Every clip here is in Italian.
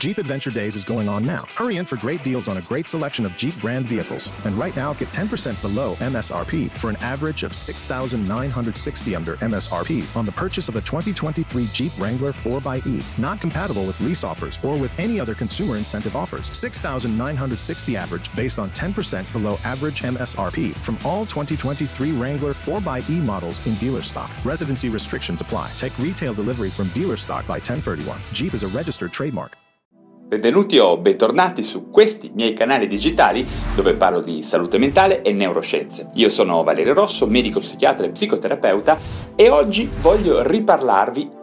Jeep Adventure Days is going on now. Hurry in for great deals on a great selection of Jeep brand vehicles. And right now, get 10% below MSRP for an average of $6,960 under MSRP on the purchase of a 2023 Jeep Wrangler 4xe. Not compatible with lease offers or with any other consumer incentive offers. $6,960 average based on 10% below average MSRP from all 2023 Wrangler 4xe models in dealer stock. Residency restrictions apply. Take retail delivery from dealer stock by 10/31. Jeep is a registered trademark. Benvenuti o bentornati su questi miei canali digitali dove parlo di salute mentale e neuroscienze. Io sono Valerio Rosso, medico psichiatra e psicoterapeuta e oggi voglio riparlarvi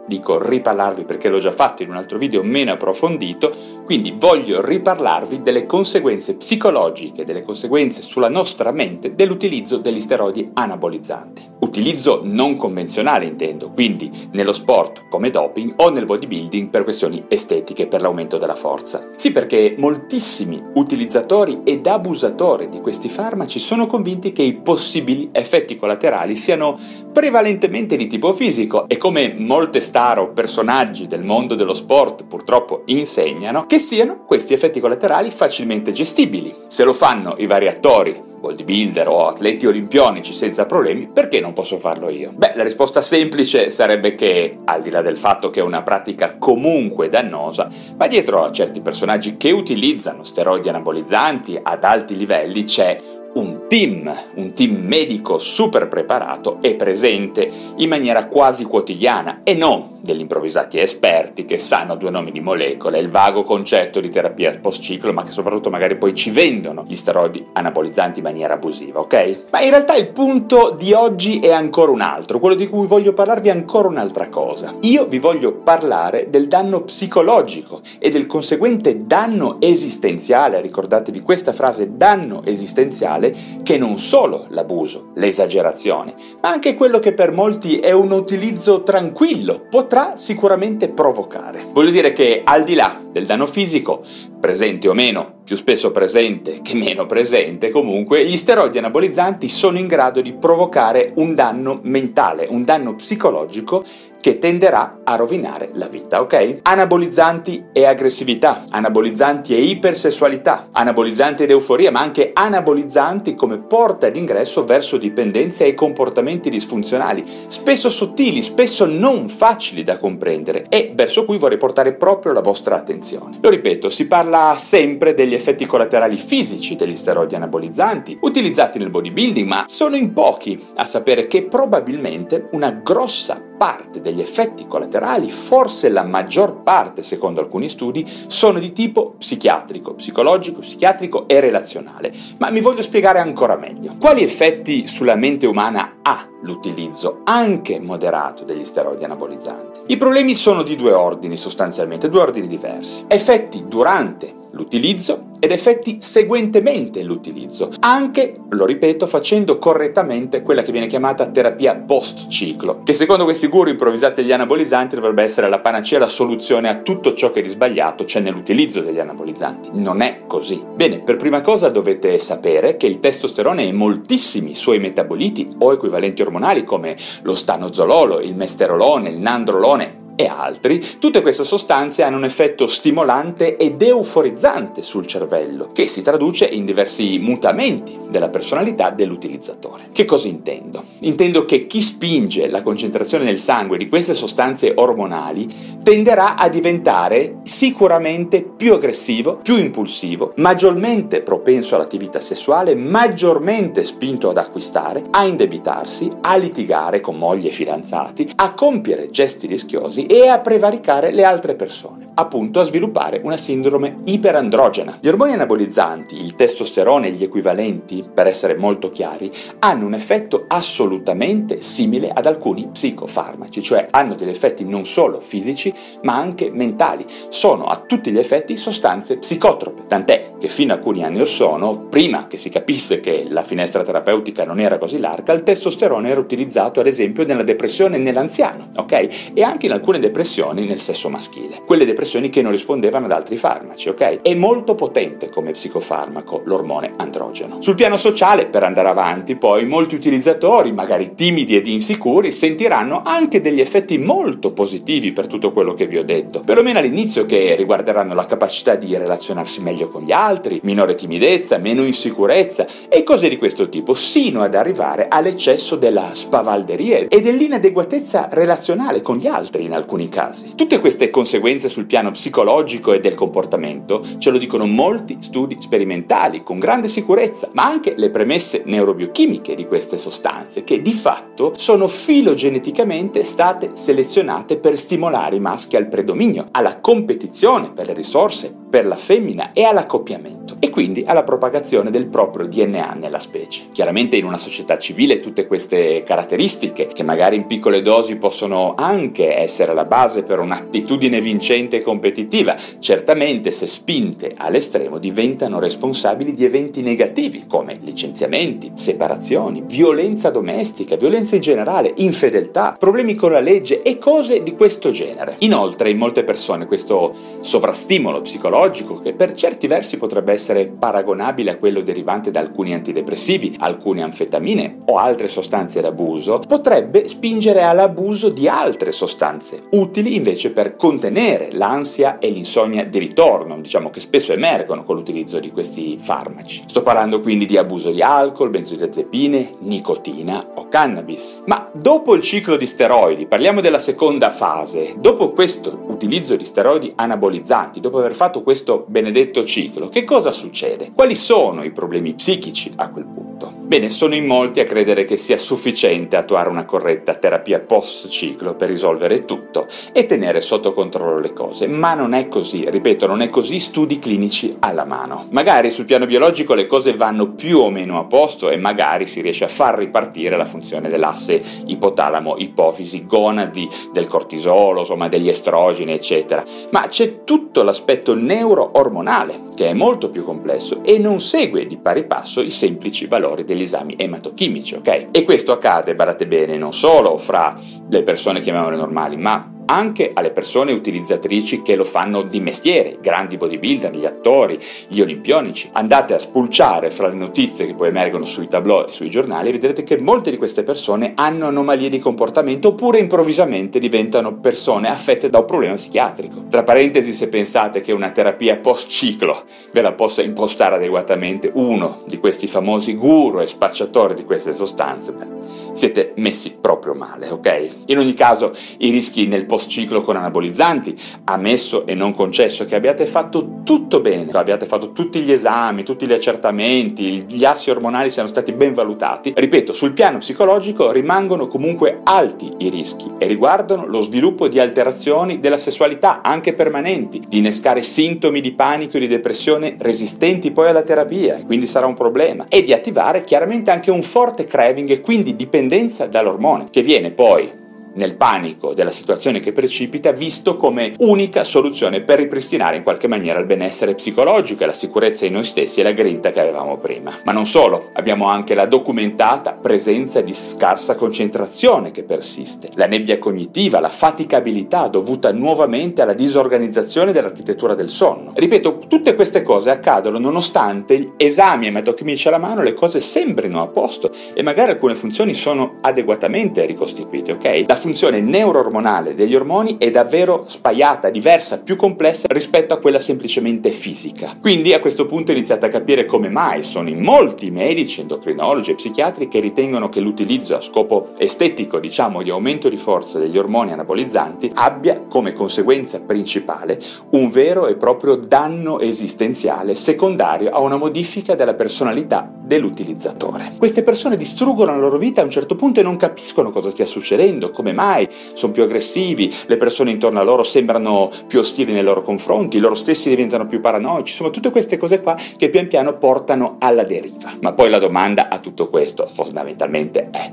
perché l'ho già fatto in un altro video meno approfondito, quindi voglio riparlarvi delle conseguenze psicologiche, delle conseguenze sulla nostra mente dell'utilizzo degli steroidi anabolizzanti. Utilizzo non convenzionale intendo, quindi nello sport come doping o nel bodybuilding per questioni estetiche per l'aumento della forza. Sì, perché moltissimi utilizzatori ed abusatori di questi farmaci sono convinti che i possibili effetti collaterali siano prevalentemente di tipo fisico e come molte star o personaggi del mondo dello sport purtroppo insegnano che siano questi effetti collaterali facilmente gestibili. Se lo fanno i vari attori, bodybuilder o atleti olimpionici senza problemi, perché non posso farlo io? La risposta semplice sarebbe che, al di là del fatto che è una pratica comunque dannosa, ma dietro a certi personaggi che utilizzano steroidi anabolizzanti ad alti livelli c'è un team medico super preparato e presente in maniera quasi quotidiana e non degli improvvisati esperti che sanno due nomi di molecole, il vago concetto di terapia post-ciclo, ma che soprattutto magari poi ci vendono gli steroidi anabolizzanti in maniera abusiva, ok? Ma in realtà il punto di oggi è ancora un altro, quello di cui voglio parlarvi è ancora un'altra cosa. Io vi voglio parlare del danno psicologico e del conseguente danno esistenziale, ricordatevi questa frase, danno esistenziale, che non solo l'abuso, l'esagerazione, ma anche quello che per molti è un utilizzo tranquillo potrà sicuramente provocare. Voglio dire che al di là del danno fisico, presente o meno, più spesso presente che meno presente, comunque gli steroidi anabolizzanti sono in grado di provocare un danno mentale, un danno psicologico che tenderà a rovinare la vita, ok? Anabolizzanti e aggressività, anabolizzanti e ipersessualità, anabolizzanti ed euforia, ma anche anabolizzanti come porta d'ingresso verso dipendenze e comportamenti disfunzionali, spesso sottili, spesso non facili da comprendere e verso cui vorrei portare proprio la vostra attenzione. Lo ripeto, si parla sempre degli effetti collaterali fisici degli steroidi anabolizzanti utilizzati nel bodybuilding, ma sono in pochi a sapere che probabilmente una grossa parte degli effetti collaterali, forse la maggior parte secondo alcuni studi, sono di tipo psichiatrico, psicologico, psichiatrico e relazionale. Ma mi voglio spiegare ancora meglio. Quali effetti sulla mente umana ha l'utilizzo, anche moderato, degli steroidi anabolizzanti? I problemi sono di due ordini sostanzialmente, due ordini diversi. Effetti durante l'utilizzo ed effetti seguentemente l'utilizzo, anche, lo ripeto, facendo correttamente quella che viene chiamata terapia post-ciclo, che secondo questi guru improvvisati degli anabolizzanti dovrebbe essere la panacea, la soluzione a tutto ciò che di sbagliato c'è nell'utilizzo degli anabolizzanti. Non è così. Bene, per prima cosa dovete sapere che il testosterone e moltissimi suoi metaboliti o equivalenti ormonali come lo stanozololo, il mesterolone, il nandrolone e altri, tutte queste sostanze hanno un effetto stimolante ed euforizzante sul cervello, che si traduce in diversi mutamenti della personalità dell'utilizzatore. Che cosa intendo? Intendo che chi spinge la concentrazione nel sangue di queste sostanze ormonali tenderà a diventare sicuramente più aggressivo, più impulsivo, maggiormente propenso all'attività sessuale, maggiormente spinto ad acquistare, a indebitarsi, a litigare con mogli e fidanzati, a compiere gesti rischiosi e a prevaricare le altre persone, appunto a sviluppare una sindrome iperandrogena. Gli ormoni anabolizzanti, il testosterone e gli equivalenti, per essere molto chiari, hanno un effetto assolutamente simile ad alcuni psicofarmaci, cioè hanno degli effetti non solo fisici ma anche mentali. Sono a tutti gli effetti sostanze psicotrope, tant'è che fino a alcuni anni or sono, prima che si capisse che la finestra terapeutica non era così larga, il testosterone era utilizzato ad esempio nella depressione nell'anziano, ok? E anche in alcune alcune depressioni nel sesso maschile, quelle depressioni che non rispondevano ad altri farmaci, ok? È molto potente come psicofarmaco l'ormone androgeno. Sul piano sociale, per andare avanti, poi molti utilizzatori, magari timidi ed insicuri, sentiranno anche degli effetti molto positivi per tutto quello che vi ho detto, perlomeno all'inizio, che riguarderanno la capacità di relazionarsi meglio con gli altri, minore timidezza, meno insicurezza e cose di questo tipo, sino ad arrivare all'eccesso della spavalderia e dell'inadeguatezza relazionale con gli altri in alcuni casi. Tutte queste conseguenze sul piano psicologico e del comportamento ce lo dicono molti studi sperimentali con grande sicurezza, ma anche le premesse neurobiochimiche di queste sostanze, che di fatto sono filogeneticamente state selezionate per stimolare i maschi al predominio, alla competizione per le risorse, per la femmina e all'accoppiamento, e quindi alla propagazione del proprio DNA nella specie. Chiaramente in una società civile tutte queste caratteristiche, che magari in piccole dosi possono anche essere la base per un'attitudine vincente e competitiva, certamente se spinte all'estremo diventano responsabili di eventi negativi come licenziamenti, separazioni, violenza domestica, violenza in generale, infedeltà, problemi con la legge e cose di questo genere. Inoltre in molte persone questo sovrastimolo psicologico, che per certi versi potrebbe essere paragonabile a quello derivante da alcuni antidepressivi, alcune anfetamine o altre sostanze d'abuso, potrebbe spingere all'abuso di altre sostanze utili invece per contenere l'ansia e l'insonnia di ritorno, diciamo, che spesso emergono con l'utilizzo di questi farmaci. Sto parlando quindi di abuso di alcol, benzodiazepine, nicotina o cannabis. Ma dopo il ciclo di steroidi, parliamo della seconda fase, dopo questo utilizzo di steroidi anabolizzanti, dopo aver fatto questo benedetto ciclo, che cosa succede? Quali sono i problemi psichici a quel punto? Bene, sono in molti a credere che sia sufficiente attuare una corretta terapia post-ciclo per risolvere tutto e tenere sotto controllo le cose, ma non è così, ripeto, non è così, studi clinici alla mano. Magari sul piano biologico le cose vanno più o meno a posto e magari si riesce a far ripartire la funzione dell'asse ipotalamo-ipofisi, gonadi, del cortisolo, insomma degli estrogeni, eccetera. Ma c'è tutto l'aspetto neuro-ormonale, che è molto più complesso e non segue di pari passo i semplici valori degli esami ematochimici, ok? E questo accade, badate bene, non solo fra le persone chiamiamole normali, ma anche alle persone utilizzatrici che lo fanno di mestiere, grandi bodybuilder, gli attori, gli olimpionici. Andate a spulciare fra le notizie che poi emergono sui tabloid e sui giornali e vedrete che molte di queste persone hanno anomalie di comportamento oppure improvvisamente diventano persone affette da un problema psichiatrico. Tra parentesi, se pensate che una terapia post-ciclo ve la possa impostare adeguatamente uno di questi famosi guru e spacciatori di queste sostanze, siete messi proprio male, ok? In ogni caso, i rischi nel post-ciclo con anabolizzanti, ammesso e non concesso che abbiate fatto tutto bene, abbiate fatto tutti gli esami, tutti gli accertamenti, gli assi ormonali siano stati ben valutati, ripeto, sul piano psicologico rimangono comunque alti i rischi e riguardano lo sviluppo di alterazioni della sessualità, anche permanenti, di innescare sintomi di panico e di depressione resistenti poi alla terapia, e quindi sarà un problema, e di attivare chiaramente anche un forte craving e quindi dipendenza dall'ormone, che viene poi nel panico della situazione che precipita visto come unica soluzione per ripristinare in qualche maniera il benessere psicologico e la sicurezza in noi stessi e la grinta che avevamo prima. Ma non solo, abbiamo anche la documentata presenza di scarsa concentrazione che persiste, la nebbia cognitiva, la faticabilità dovuta nuovamente alla disorganizzazione dell'architettura del sonno. Ripeto, tutte queste cose accadono nonostante gli esami ematochimici alla mano le cose sembrino a posto e magari alcune funzioni sono adeguatamente ricostituite, ok? La funzione neuroormonale degli ormoni è davvero spaiata, diversa, più complessa rispetto a quella semplicemente fisica. Quindi a questo punto iniziate a capire come mai sono in molti medici, endocrinologi e psichiatri che ritengono che l'utilizzo a scopo estetico, diciamo, di aumento di forza degli ormoni anabolizzanti abbia come conseguenza principale un vero e proprio danno esistenziale secondario a una modifica della personalità dell'utilizzatore. Queste persone distruggono la loro vita a un certo punto e non capiscono cosa stia succedendo, come mai sono più aggressivi, le persone intorno a loro sembrano più ostili nei loro confronti, loro stessi diventano più paranoici, insomma tutte queste cose qua che pian piano portano alla deriva. Ma poi la domanda a tutto questo fondamentalmente è: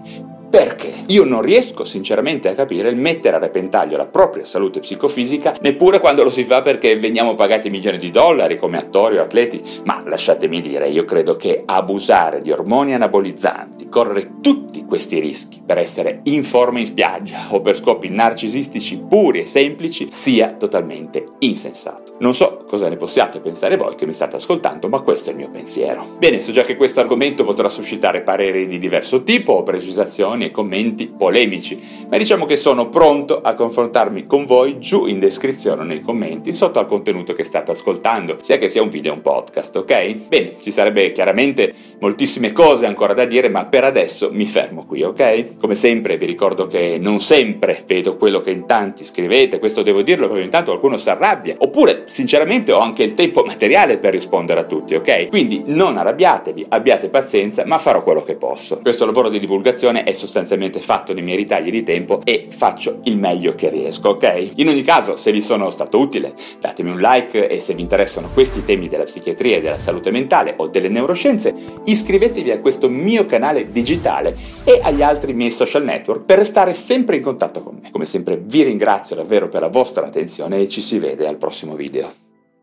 Perché? Io non riesco sinceramente a capire il mettere a repentaglio la propria salute psicofisica, neppure quando lo si fa perché veniamo pagati milioni di dollari come attori o atleti, ma lasciatemi dire, io credo che abusare di ormoni anabolizzanti, correre tutti questi rischi per essere in forma in spiaggia o per scopi narcisistici puri e semplici sia totalmente insensato. Non so cosa ne possiate pensare voi che mi state ascoltando, ma questo è il mio pensiero. Bene, so già che questo argomento potrà suscitare pareri di diverso tipo o precisazioni e commenti polemici, ma diciamo che sono pronto a confrontarmi con voi giù in descrizione o nei commenti sotto al contenuto che state ascoltando, sia che sia un video o un podcast, ok? Bene, ci sarebbe chiaramente moltissime cose ancora da dire, ma per adesso mi fermo qui, ok? Come sempre vi ricordo che non sempre vedo quello che in tanti scrivete, questo devo dirlo perché ogni tanto qualcuno si arrabbia, oppure sinceramente ho anche il tempo materiale per rispondere a tutti, ok? Quindi non arrabbiatevi, abbiate pazienza, ma farò quello che posso. Questo lavoro di divulgazione è sostanzialmente fatto nei miei ritagli di tempo e faccio il meglio che riesco, ok? In ogni caso, se vi sono stato utile, datemi un like e se vi interessano questi temi della psichiatria e della salute mentale o delle neuroscienze, iscrivetevi a questo mio canale digitale e agli altri miei social network per restare sempre in contatto con me. Come sempre vi ringrazio davvero per la vostra attenzione e ci si vede al prossimo video.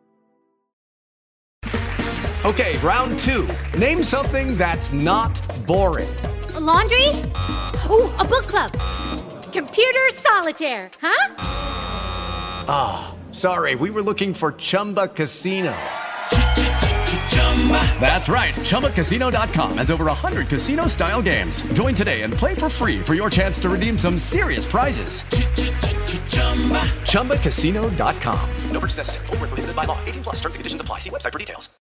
Okay, round 2. Name something that's not boring. A laundry? Ooh, a book club. Computer solitaire, huh? Ah, sorry, we were looking for Chumba Casino. That's right, ChumbaCasino.com has over 100 casino-style games. Join today and play for free for your chance to redeem some serious prizes. ChumbaCasino.com. No purchase necessary. Void where prohibited by law. 18+ terms and conditions apply. See website for details.